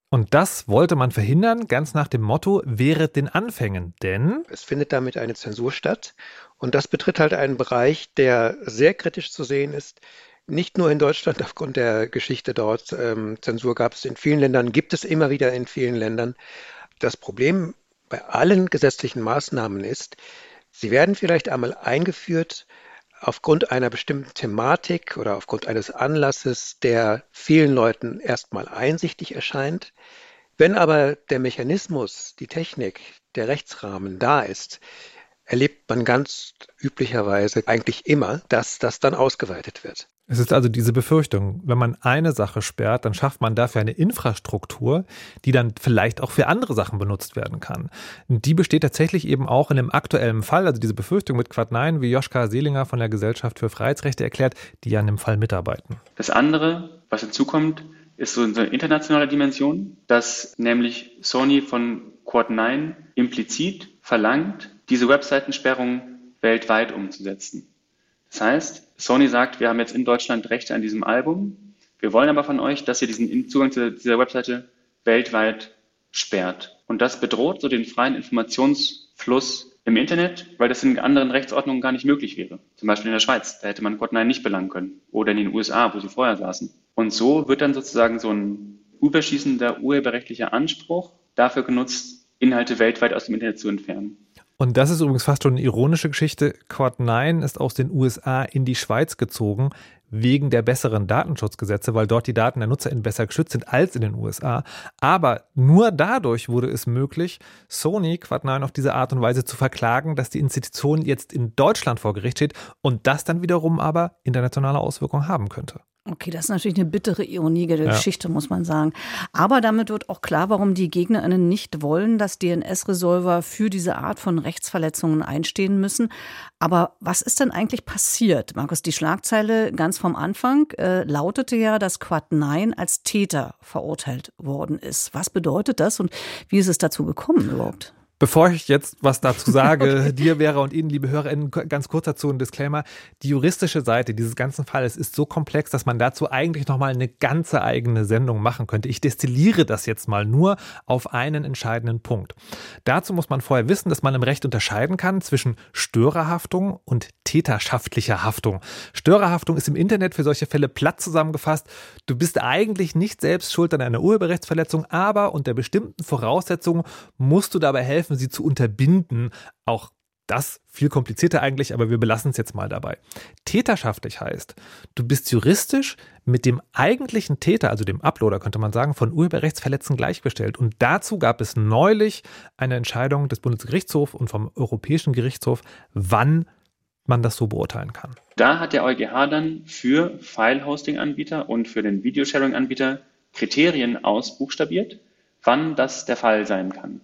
Und das wollte man verhindern, ganz nach dem Motto, wehret den Anfängen, denn es findet damit eine Zensur statt und das betritt halt einen Bereich, der sehr kritisch zu sehen ist. Nicht nur in Deutschland aufgrund der Geschichte dort. Zensur gab es in vielen Ländern, gibt es immer wieder in vielen Ländern. Das Problem bei allen gesetzlichen Maßnahmen ist, sie werden vielleicht einmal eingeführt aufgrund einer bestimmten Thematik oder aufgrund eines Anlasses, der vielen Leuten erstmal einsichtig erscheint. Wenn aber der Mechanismus, die Technik, der Rechtsrahmen da ist, erlebt man ganz üblicherweise eigentlich immer, dass das dann ausgeweitet wird. Es ist also diese Befürchtung, wenn man eine Sache sperrt, dann schafft man dafür eine Infrastruktur, die dann vielleicht auch für andere Sachen benutzt werden kann. Und die besteht tatsächlich eben auch in dem aktuellen Fall, also diese Befürchtung mit Quad9, wie Joschka Selinger von der Gesellschaft für Freiheitsrechte erklärt, die ja an dem Fall mitarbeiten. Das andere, was hinzukommt, ist so eine internationale Dimension, dass nämlich Sony von Quad9 implizit verlangt, diese Webseitensperrung weltweit umzusetzen. Das heißt, Sony sagt, wir haben jetzt in Deutschland Rechte an diesem Album. Wir wollen aber von euch, dass ihr diesen Zugang zu dieser Webseite weltweit sperrt. Und das bedroht so den freien Informationsfluss im Internet, weil das in anderen Rechtsordnungen gar nicht möglich wäre. Zum Beispiel in der Schweiz, da hätte man Quad9 nicht belangen können. Oder in den USA, wo sie vorher saßen. Und so wird dann sozusagen so ein überschießender urheberrechtlicher Anspruch dafür genutzt, Inhalte weltweit aus dem Internet zu entfernen. Und das ist übrigens fast schon eine ironische Geschichte. Quad9 ist aus den USA in die Schweiz gezogen, wegen der besseren Datenschutzgesetze, weil dort die Daten der NutzerInnen besser geschützt sind als in den USA. Aber nur dadurch wurde es möglich, Sony Quad9 auf diese Art und Weise zu verklagen, dass die Institution jetzt in Deutschland vor Gericht steht und das dann wiederum aber internationale Auswirkungen haben könnte. Okay, das ist natürlich eine bittere Ironie der Geschichte, muss man sagen. Aber damit wird auch klar, warum die GegnerInnen nicht wollen, dass DNS-Resolver für diese Art von Rechtsverletzungen einstehen müssen. Aber was ist denn eigentlich passiert? Markus, die Schlagzeile ganz vom Anfang lautete ja, dass Quad9 als Täter verurteilt worden ist. Was bedeutet das und wie ist es dazu gekommen überhaupt? Bevor ich jetzt was dazu sage, dir, Vera, und Ihnen, liebe HörerInnen, ganz kurz dazu ein Disclaimer. Die juristische Seite dieses ganzen Falles ist so komplex, dass man dazu eigentlich nochmal eine ganze eigene Sendung machen könnte. Ich destilliere das jetzt mal nur auf einen entscheidenden Punkt. Dazu muss man vorher wissen, dass man im Recht unterscheiden kann zwischen Störerhaftung und täterschaftlicher Haftung. Störerhaftung ist im Internet für solche Fälle platt zusammengefasst. Du bist eigentlich nicht selbst schuld an einer Urheberrechtsverletzung, aber unter bestimmten Voraussetzungen musst du dabei helfen, sie zu unterbinden. Auch das viel komplizierter eigentlich, aber wir belassen es jetzt mal dabei. Täterschaftlich heißt, du bist juristisch mit dem eigentlichen Täter, also dem Uploader, könnte man sagen, von Urheberrechtsverletzungen gleichgestellt. Und dazu gab es neulich eine Entscheidung des Bundesgerichtshofs und vom Europäischen Gerichtshof, wann man das so beurteilen kann. Da hat der EuGH dann für File-Hosting-Anbieter und für den Videosharing-Anbieter Kriterien ausbuchstabiert, wann das der Fall sein kann.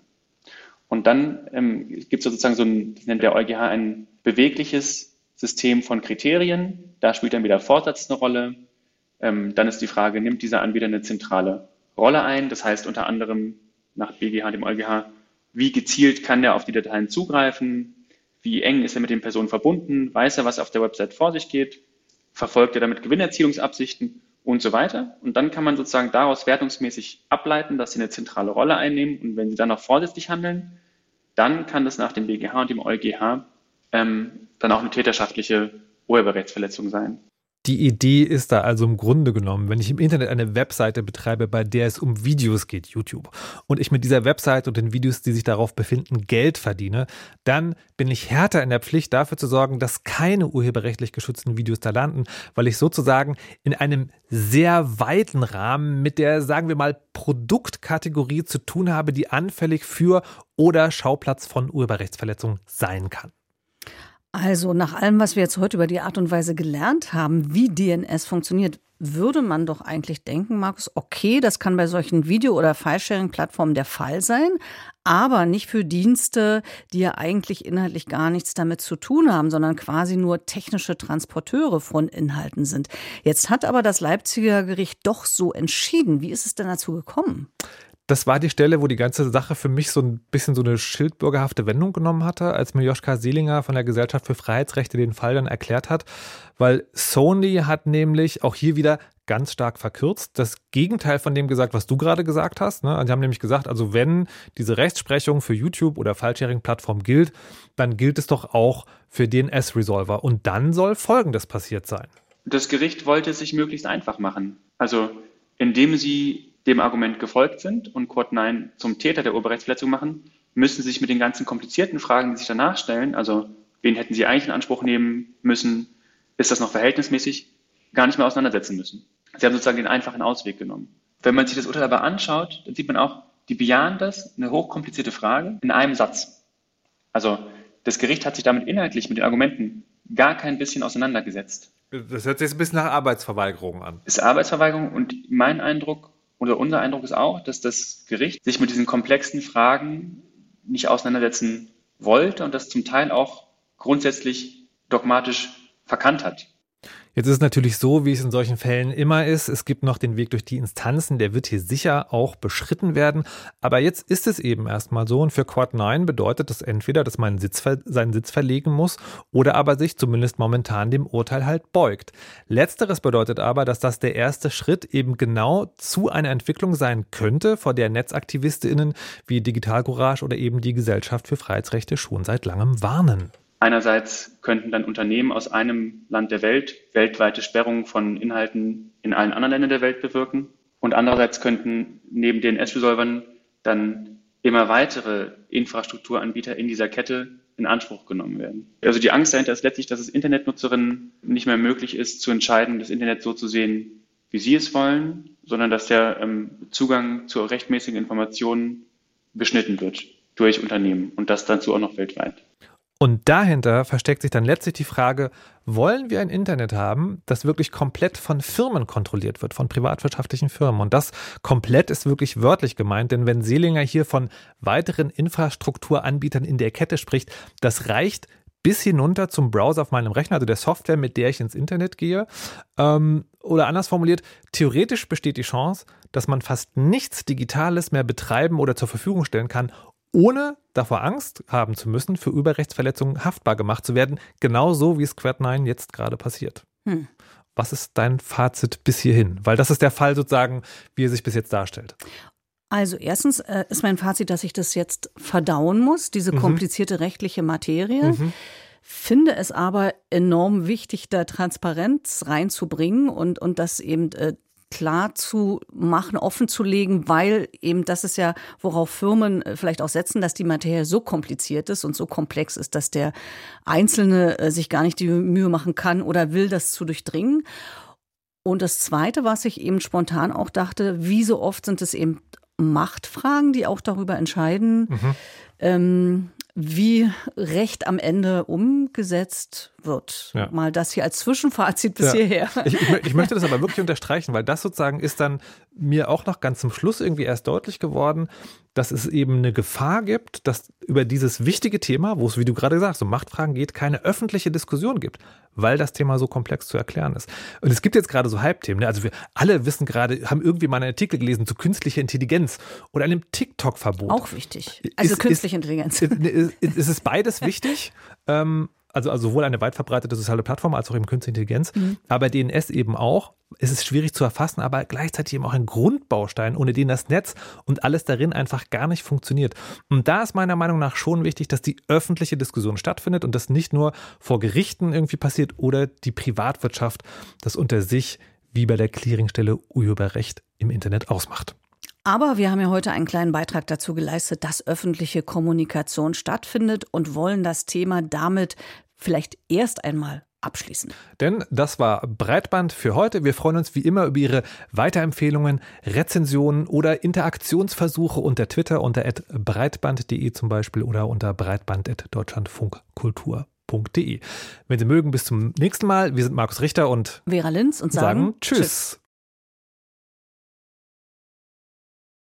Und dann gibt es sozusagen das nennt der EuGH ein bewegliches System von Kriterien. Da spielt dann wieder Fortsatz eine Rolle. Dann ist die Frage, nimmt dieser Anbieter eine zentrale Rolle ein? Das heißt unter anderem nach BGH, dem EuGH, wie gezielt kann der auf die Dateien zugreifen? Wie eng ist er mit den Personen verbunden? Weiß er, was auf der Website vor sich geht? Verfolgt er damit Gewinnerzielungsabsichten? Und so weiter. Und dann kann man sozusagen daraus wertungsmäßig ableiten, dass sie eine zentrale Rolle einnehmen. Und wenn sie dann noch vorsätzlich handeln, dann kann das nach dem BGH und dem EuGH dann auch eine täterschaftliche Urheberrechtsverletzung sein. Die Idee ist da also im Grunde genommen, wenn ich im Internet eine Webseite betreibe, bei der es um Videos geht, YouTube, und ich mit dieser Webseite und den Videos, die sich darauf befinden, Geld verdiene, dann bin ich härter in der Pflicht, dafür zu sorgen, dass keine urheberrechtlich geschützten Videos da landen, weil ich sozusagen in einem sehr weiten Rahmen mit der, sagen wir mal, Produktkategorie zu tun habe, die anfällig für oder Schauplatz von Urheberrechtsverletzungen sein kann. Also nach allem, was wir jetzt heute über die Art und Weise gelernt haben, wie DNS funktioniert, würde man doch eigentlich denken, Markus, okay, das kann bei solchen Video- oder File-Sharing-Plattformen der Fall sein, aber nicht für Dienste, die ja eigentlich inhaltlich gar nichts damit zu tun haben, sondern quasi nur technische Transporteure von Inhalten sind. Jetzt hat aber das Leipziger Gericht doch so entschieden. Wie ist es denn dazu gekommen? Das war die Stelle, wo die ganze Sache für mich so ein bisschen so eine schildbürgerhafte Wendung genommen hatte, als mir Joschka Selinger von der Gesellschaft für Freiheitsrechte den Fall dann erklärt hat, weil Sony hat nämlich auch hier wieder ganz stark verkürzt, das Gegenteil von dem gesagt, was du gerade gesagt hast. Ne? Sie haben nämlich gesagt, also wenn diese Rechtsprechung für YouTube oder File-Sharing-Plattformen gilt, dann gilt es doch auch für DNS-Resolver. Und dann soll Folgendes passiert sein. Das Gericht wollte es sich möglichst einfach machen. Also indem sie dem Argument gefolgt sind und Quad 9 zum Täter der Urheberrechtsverletzung machen, müssen sie sich mit den ganzen komplizierten Fragen, die sich danach stellen, also wen hätten sie eigentlich in Anspruch nehmen müssen, ist das noch verhältnismäßig, gar nicht mehr auseinandersetzen müssen. Sie haben sozusagen den einfachen Ausweg genommen. Wenn man sich das Urteil aber anschaut, dann sieht man auch, die bejahen das, eine hochkomplizierte Frage, in einem Satz. Also das Gericht hat sich damit inhaltlich mit den Argumenten gar kein bisschen auseinandergesetzt. Das hört sich ein bisschen nach Arbeitsverweigerung an. Das ist Arbeitsverweigerung und mein Eindruck oder unser Eindruck ist auch, dass das Gericht sich mit diesen komplexen Fragen nicht auseinandersetzen wollte und das zum Teil auch grundsätzlich dogmatisch verkannt hat. Jetzt ist es natürlich so, wie es in solchen Fällen immer ist. Es gibt noch den Weg durch die Instanzen, der wird hier sicher auch beschritten werden. Aber jetzt ist es eben erstmal so und für Quad 9 bedeutet das entweder, dass man seinen Sitz verlegen muss oder aber sich zumindest momentan dem Urteil halt beugt. Letzteres bedeutet aber, dass das der erste Schritt eben genau zu einer Entwicklung sein könnte, vor der NetzaktivistInnen wie Digital Courage oder eben die Gesellschaft für Freiheitsrechte schon seit langem warnen. Einerseits könnten dann Unternehmen aus einem Land der Welt weltweite Sperrungen von Inhalten in allen anderen Ländern der Welt bewirken. Und andererseits könnten neben den DNS-Resolvern dann immer weitere Infrastrukturanbieter in dieser Kette in Anspruch genommen werden. Also die Angst dahinter ist letztlich, dass es Internetnutzerinnen nicht mehr möglich ist, zu entscheiden, das Internet so zu sehen, wie sie es wollen, sondern dass der Zugang zu rechtmäßigen Informationen beschnitten wird durch Unternehmen und das dazu auch noch weltweit. Und dahinter versteckt sich dann letztlich die Frage, wollen wir ein Internet haben, das wirklich komplett von Firmen kontrolliert wird, von privatwirtschaftlichen Firmen? Und das komplett ist wirklich wörtlich gemeint, denn wenn Selinger hier von weiteren Infrastrukturanbietern in der Kette spricht, das reicht bis hinunter zum Browser auf meinem Rechner, also der Software, mit der ich ins Internet gehe. Oder anders formuliert, theoretisch besteht die Chance, dass man fast nichts Digitales mehr betreiben oder zur Verfügung stellen kann, ohne davor Angst haben zu müssen, für Urheberrechtsverletzungen haftbar gemacht zu werden, genauso wie es Quad 9 jetzt gerade passiert. Was ist dein Fazit bis hierhin? Weil das ist der Fall sozusagen, wie er sich bis jetzt darstellt. Also erstens ist mein Fazit, dass ich das jetzt verdauen muss, diese komplizierte rechtliche Materie. Finde es aber enorm wichtig, da Transparenz reinzubringen und das eben klar zu machen, offen zu legen, weil eben das ist ja, worauf Firmen vielleicht auch setzen, dass die Materie so kompliziert ist und so komplex ist, dass der Einzelne sich gar nicht die Mühe machen kann oder will, das zu durchdringen. Und das Zweite, was ich eben spontan auch dachte, wie so oft sind es eben Machtfragen, die auch darüber entscheiden, wie Recht am Ende umgesetzt wird. Ja. Mal das hier als Zwischenfazit bis hierher. Ich möchte das aber wirklich unterstreichen, weil das sozusagen ist dann mir auch noch ganz zum Schluss irgendwie erst deutlich geworden, dass es eben eine Gefahr gibt, dass über dieses wichtige Thema, wo es, wie du gerade sagst, um Machtfragen geht, keine öffentliche Diskussion gibt, weil das Thema so komplex zu erklären ist. Und es gibt jetzt gerade so Hype-Themen, ne? Also wir alle wissen gerade, haben irgendwie mal einen Artikel gelesen zu künstlicher Intelligenz oder einem TikTok-Verbot. Auch wichtig. Also künstliche Intelligenz. Ist es beides wichtig? Also sowohl eine weit verbreitete soziale Plattform als auch eben künstliche Intelligenz, aber DNS eben auch. Es ist schwierig zu erfassen, aber gleichzeitig eben auch ein Grundbaustein, ohne den das Netz und alles darin einfach gar nicht funktioniert. Und da ist meiner Meinung nach schon wichtig, dass die öffentliche Diskussion stattfindet und das nicht nur vor Gerichten irgendwie passiert oder die Privatwirtschaft das unter sich wie bei der Clearingstelle Urheberrecht im Internet ausmacht. Aber wir haben ja heute einen kleinen Beitrag dazu geleistet, dass öffentliche Kommunikation stattfindet und wollen das Thema damit vielleicht erst einmal abschließen. Denn das war Breitband für heute. Wir freuen uns wie immer über Ihre Weiterempfehlungen, Rezensionen oder Interaktionsversuche unter Twitter unter @breitband.de zum Beispiel oder unter breitband@deutschlandfunkkultur.de. Wenn Sie mögen, bis zum nächsten Mal. Wir sind Markus Richter und Vera Linz und sagen Tschüss.